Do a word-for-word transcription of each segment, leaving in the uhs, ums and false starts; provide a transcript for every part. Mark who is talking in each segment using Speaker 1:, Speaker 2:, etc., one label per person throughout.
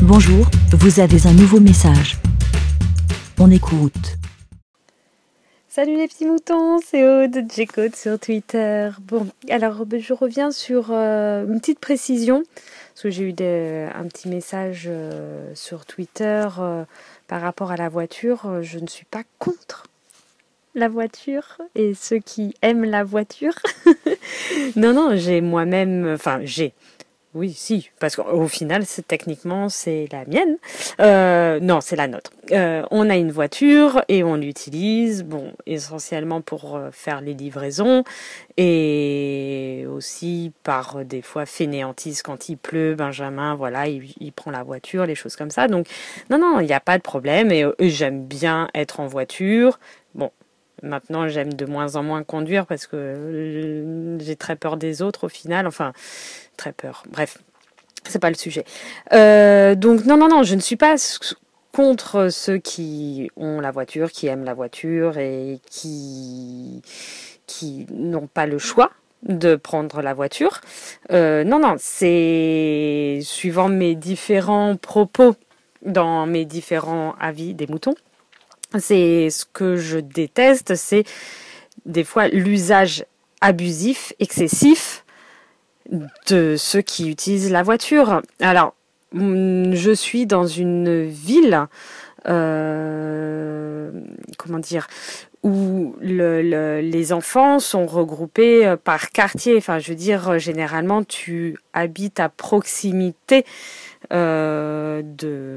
Speaker 1: Bonjour, vous avez un nouveau message. On écoute.
Speaker 2: Salut les petits moutons, c'est Aude, J-Code sur Twitter. Bon, alors je reviens sur euh, une petite précision, parce que j'ai eu des, un petit message euh, sur Twitter euh, par rapport à la voiture. Je ne suis pas contre la voiture et ceux qui aiment la voiture. non, non, j'ai moi-même, enfin j'ai... Oui, si, parce qu'au final, c'est, techniquement, c'est la mienne. Euh, non, c'est la nôtre. Euh, on a une voiture et on l'utilise, bon, essentiellement pour euh, faire les livraisons et aussi par euh, des fois fainéantise quand il pleut. Benjamin, voilà, il, il prend la voiture, les choses comme ça. Donc, non, non, il n'y a pas de problème et euh, j'aime bien être en voiture. Bon. Maintenant, j'aime de moins en moins conduire parce que j'ai très peur des autres au final. Enfin, très peur. Bref, c'est pas le sujet. Euh, donc, non, non, non, je ne suis pas contre ceux qui ont la voiture, qui aiment la voiture et qui, qui n'ont pas le choix de prendre la voiture. Euh, non, non, c'est suivant mes différents propos dans mes différents avis des moutons. C'est ce que je déteste, c'est des fois l'usage abusif, excessif de ceux qui utilisent la voiture. Alors, je suis dans une ville, euh, comment dire, où le, le, les enfants sont regroupés par quartier. Enfin, je veux dire, généralement, tu habites à proximité euh, de,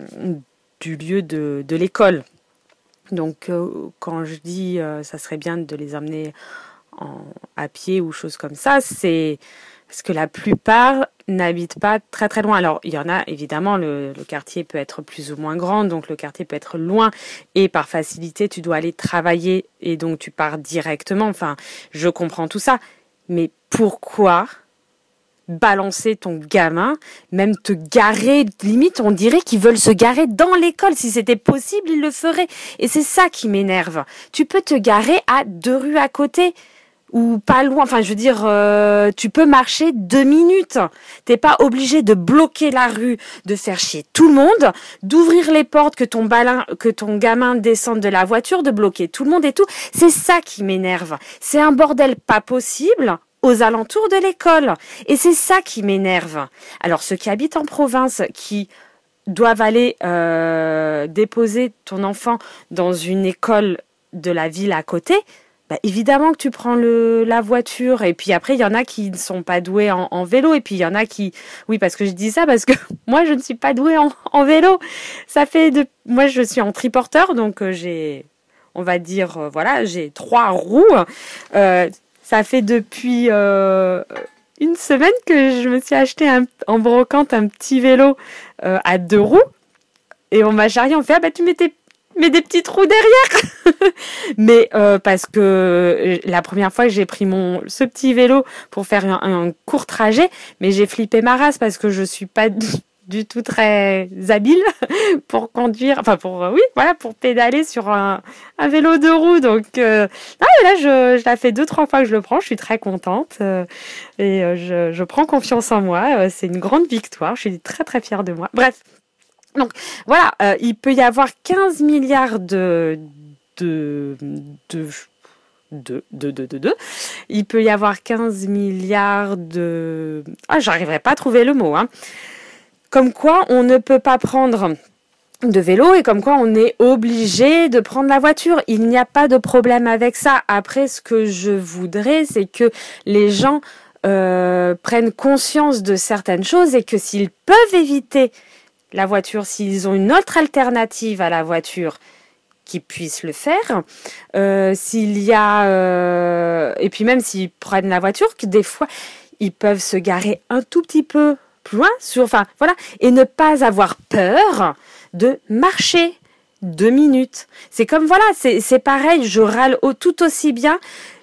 Speaker 2: du lieu de, de l'école. Donc, euh, quand je dis euh, ça serait bien de les emmener en, à pied ou choses comme ça, c'est parce que la plupart n'habitent pas très très loin. Alors, il y en a, évidemment, le, le quartier peut être plus ou moins grand, donc le quartier peut être loin et par facilité, tu dois aller travailler et donc tu pars directement. Enfin, je comprends tout ça. Mais pourquoi balancer ton gamin, même te garer, limite on dirait qu'ils veulent se garer dans l'école. Si c'était possible, ils le feraient. Et c'est ça qui m'énerve. Tu peux te garer à deux rues à côté ou pas loin. Enfin, je veux dire, euh, tu peux marcher deux minutes. T'es pas obligé de bloquer la rue, de faire chier tout le monde, d'ouvrir les portes, que ton balin, que ton gamin descende de la voiture, de bloquer tout le monde et tout. C'est ça qui m'énerve. C'est un bordel pas possible aux alentours de l'école. Et c'est ça qui m'énerve. Alors, ceux qui habitent en province, qui doivent aller euh, déposer ton enfant dans une école de la ville à côté, bah, évidemment que tu prends le, la voiture. Et puis après, il y en a qui ne sont pas doués en, en vélo. Et puis, il y en a qui... Oui, parce que je dis ça, parce que moi, je ne suis pas douée en, en vélo. Ça fait... De... Moi, je suis en triporteur, donc euh, j'ai... On va dire, euh, voilà, j'ai trois roues. Euh, Ça fait depuis euh, une semaine que je me suis acheté un, en brocante un petit vélo euh, à deux roues. Et on m'a charrié, on fait « Ah bah tu mets, tes, mets des petites roues derrière !» Mais euh, parce que la première fois j'ai pris mon ce petit vélo pour faire un, un court trajet, mais j'ai flippé ma race parce que je suis pas... du tout très habile pour conduire, enfin pour euh, oui voilà pour pédaler sur un, un vélo de roues. Donc euh, ah, là je, je la fais deux trois fois que je le prends, je suis très contente euh, et euh, je, je prends confiance en moi. Euh, c'est une grande victoire, je suis très très fière de moi. Bref, donc voilà, euh, il peut y avoir quinze milliards de de de De, de, de, de, de. Il peut y avoir quinze milliards de... Ah, j'arriverai pas à trouver le mot, hein. Comme quoi, on ne peut pas prendre de vélo et comme quoi on est obligé de prendre la voiture. Il n'y a pas de problème avec ça. Après, ce que je voudrais, c'est que les gens euh, prennent conscience de certaines choses et que s'ils peuvent éviter la voiture, s'ils ont une autre alternative à la voiture, qu'ils puissent le faire. Euh, s'il y a... Euh, et puis même s'ils prennent la voiture, que des fois, ils peuvent se garer un tout petit peu plus loin, sur, enfin, voilà, et ne pas avoir peur de marcher deux minutes. C'est comme, voilà, c'est, c'est pareil, je râle au, tout aussi bien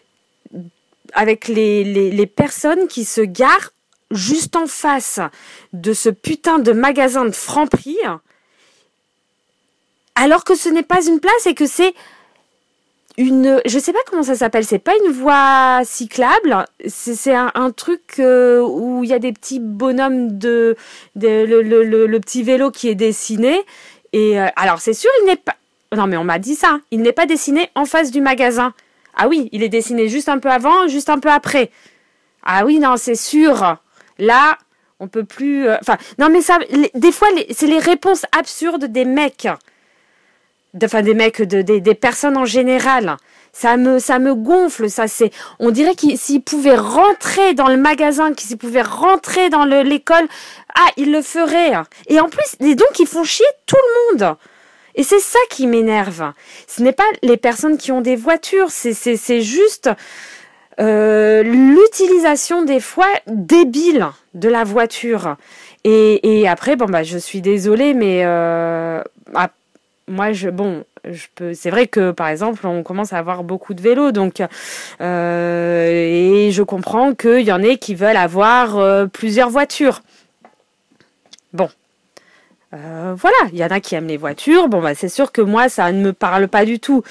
Speaker 2: avec les, les, les personnes qui se garent juste en face de ce putain de magasin de Franprix, alors que ce n'est pas une place et que c'est une, je sais pas comment ça s'appelle, c'est pas une voie cyclable, c'est, c'est un, un truc euh, où il y a des petits bonhommes de, de le, le, le, le petit vélo qui est dessiné. Et euh, alors c'est sûr, il n'est pas, non mais on m'a dit ça, il n'est pas dessiné en face du magasin. Ah oui, il est dessiné juste un peu avant, juste un peu après. Ah oui, non, c'est sûr. Là, on peut plus. Enfin, euh, non mais ça, les, des fois, les, c'est les réponses absurdes des mecs. Enfin des mecs, de, des, des personnes en général, ça me, ça me gonfle, ça c'est, on dirait qu'ils s'ils pouvaient rentrer dans le magasin, qu'ils pouvaient rentrer dans le, l'école, ah ils le feraient. Et en plus, et donc ils font chier tout le monde. Et c'est ça qui m'énerve. Ce n'est pas les personnes qui ont des voitures, c'est, c'est, c'est juste euh, l'utilisation des fois débile de la voiture. Et, et après, bon bah je suis désolée, mais euh, à moi, je, bon, je peux, c'est vrai que, par exemple, on commence à avoir beaucoup de vélos, donc, euh, et je comprends qu'il y en ait qui veulent avoir euh, plusieurs voitures. Bon. Euh, voilà, il y en a qui aiment les voitures. Bon, bah, c'est sûr que moi, ça ne me parle pas du tout.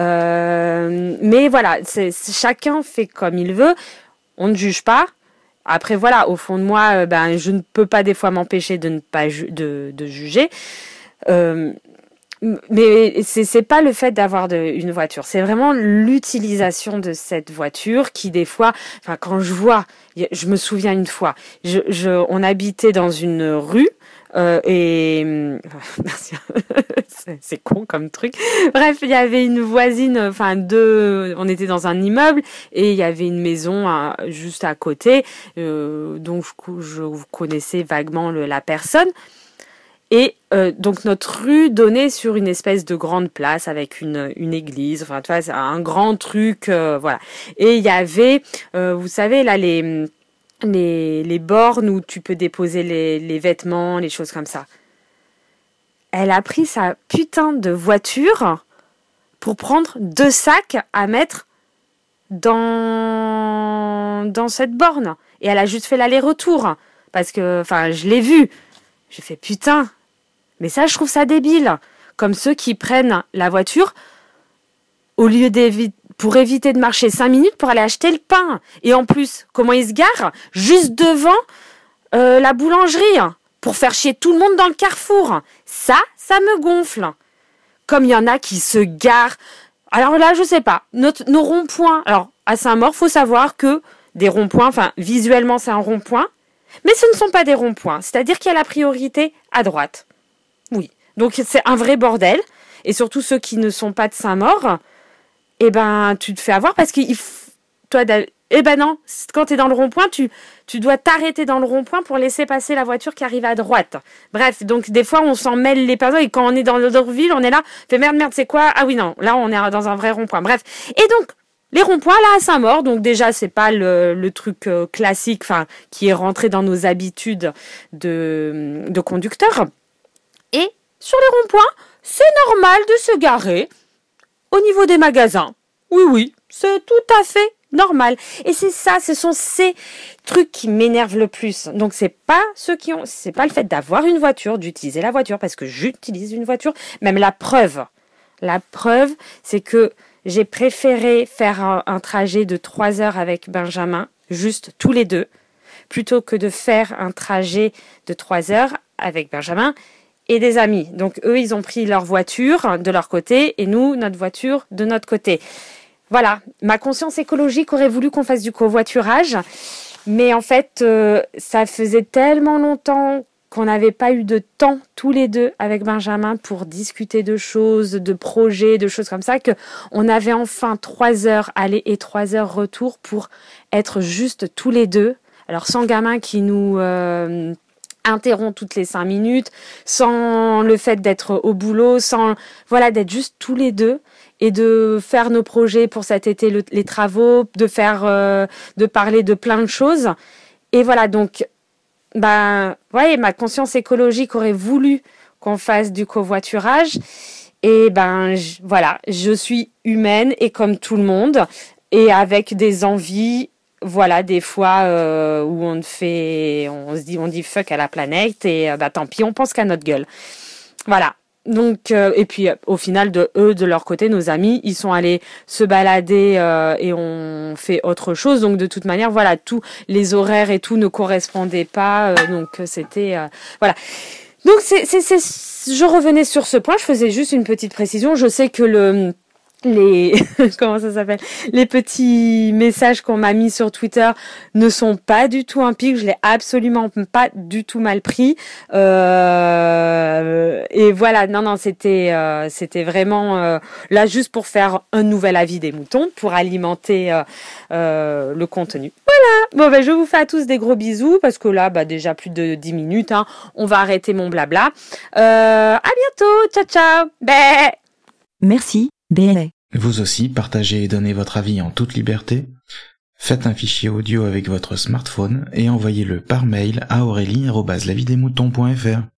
Speaker 2: Euh, mais voilà, c'est, c'est, chacun fait comme il veut. On ne juge pas. Après, voilà, au fond de moi, euh, ben, je ne peux pas des fois m'empêcher de ne pas ju- de, de juger. Euh, Mais c'est c'est pas le fait d'avoir de, une voiture, c'est vraiment l'utilisation de cette voiture qui des fois, enfin quand je vois, je me souviens une fois, je, je on habitait dans une rue euh, et merci, c'est, c'est con comme truc. Bref, il y avait une voisine, enfin deux, on était dans un immeuble et il y avait une maison hein, juste à côté, euh, donc je, je connaissais vaguement le, la personne. Et euh, donc notre rue donnait sur une espèce de grande place avec une une église, enfin tu vois, c'est un grand truc, euh, voilà. Et il y avait, euh, vous savez là les les les bornes où tu peux déposer les les vêtements, les choses comme ça. Elle a pris sa putain de voiture pour prendre deux sacs à mettre dans dans cette borne. Et elle a juste fait l'aller-retour parce que, enfin, je l'ai vu. J'ai fait putain. Mais ça, je trouve ça débile. Comme ceux qui prennent la voiture au lieu d'éviter, pour éviter de marcher cinq minutes pour aller acheter le pain. Et en plus, comment ils se garent? Juste devant euh, la boulangerie pour faire chier tout le monde dans le carrefour. Ça, ça me gonfle. Comme il y en a qui se garent. Alors là, je sais pas. Notre, nos ronds-points. Alors, à Saint-Maur, faut savoir que des ronds-points, enfin, visuellement, c'est un rond-point. Mais ce ne sont pas des ronds-points. C'est-à-dire qu'il y a la priorité à droite. Oui, donc c'est un vrai bordel. Et surtout ceux qui ne sont pas de Saint-Maur, eh ben, tu te fais avoir parce que toi, eh ben non, quand tu es dans le rond-point, tu, tu dois t'arrêter dans le rond-point pour laisser passer la voiture qui arrive à droite. Bref, donc des fois, on s'en mêle les personnes et quand on est dans notre ville, on est là, fait merde, merde, c'est quoi? Ah oui, non, là, on est dans un vrai rond-point. Bref, et donc, les ronds-points, là, à Saint-Maur, donc déjà, c'est pas le, le truc euh, classique, enfin, qui est rentré dans nos habitudes de, de conducteurs. Et sur les ronds-points, c'est normal de se garer au niveau des magasins. Oui, oui, c'est tout à fait normal. Et c'est ça, ce sont ces trucs qui m'énervent le plus. Donc c'est pas ceux qui ont, c'est pas le fait d'avoir une voiture, d'utiliser la voiture, parce que j'utilise une voiture. Même la preuve, la preuve, c'est que j'ai préféré faire un, un trajet de trois heures avec Benjamin, juste tous les deux, plutôt que de faire un trajet de trois heures avec Benjamin et des amis. Donc eux, ils ont pris leur voiture de leur côté et nous, notre voiture de notre côté. Voilà, ma conscience écologique aurait voulu qu'on fasse du covoiturage, mais en fait, euh, ça faisait tellement longtemps qu'on n'avait pas eu de temps tous les deux avec Benjamin pour discuter de choses, de projets, de choses comme ça, que on avait enfin trois heures aller et trois heures retour pour être juste tous les deux. Alors sans gamin qui nous euh, interrompt toutes les cinq minutes, sans le fait d'être au boulot, sans voilà d'être juste tous les deux et de faire nos projets pour cet été, le, les travaux, de faire, euh, de parler de plein de choses. Et voilà donc. Ben, ouais, ma conscience écologique aurait voulu qu'on fasse du covoiturage. Et ben, je, voilà, je suis humaine et comme tout le monde, et avec des envies, voilà, des fois euh, où on fait, on se dit, on dit fuck à la planète et euh, bah tant pis, on pense qu'à notre gueule. Voilà. Donc euh, et puis au final de eux de leur côté nos amis ils sont allés se balader euh, et ont fait autre chose, donc de toute manière voilà tous les horaires et tout ne correspondaient pas euh, donc c'était euh, voilà donc c'est c'est c'est je revenais sur ce point, je faisais juste une petite précision. Je sais que le les comment ça s'appelle les petits messages qu'on m'a mis sur Twitter ne sont pas du tout un pic, je l'ai absolument pas du tout mal pris euh, et voilà non non c'était euh, c'était vraiment euh, là juste pour faire un nouvel avis des moutons pour alimenter euh, euh, le contenu. Voilà, bon ben je vous fais à tous des gros bisous parce que là bah déjà plus de dix minutes hein, on va arrêter mon blabla. Euh, à bientôt, ciao ciao. Bé.
Speaker 1: Merci. B L.
Speaker 3: Vous aussi, partagez et donnez votre avis en toute liberté. Faites un fichier audio avec votre smartphone et envoyez-le par mail à aurélie arobase lavidemouton point fr.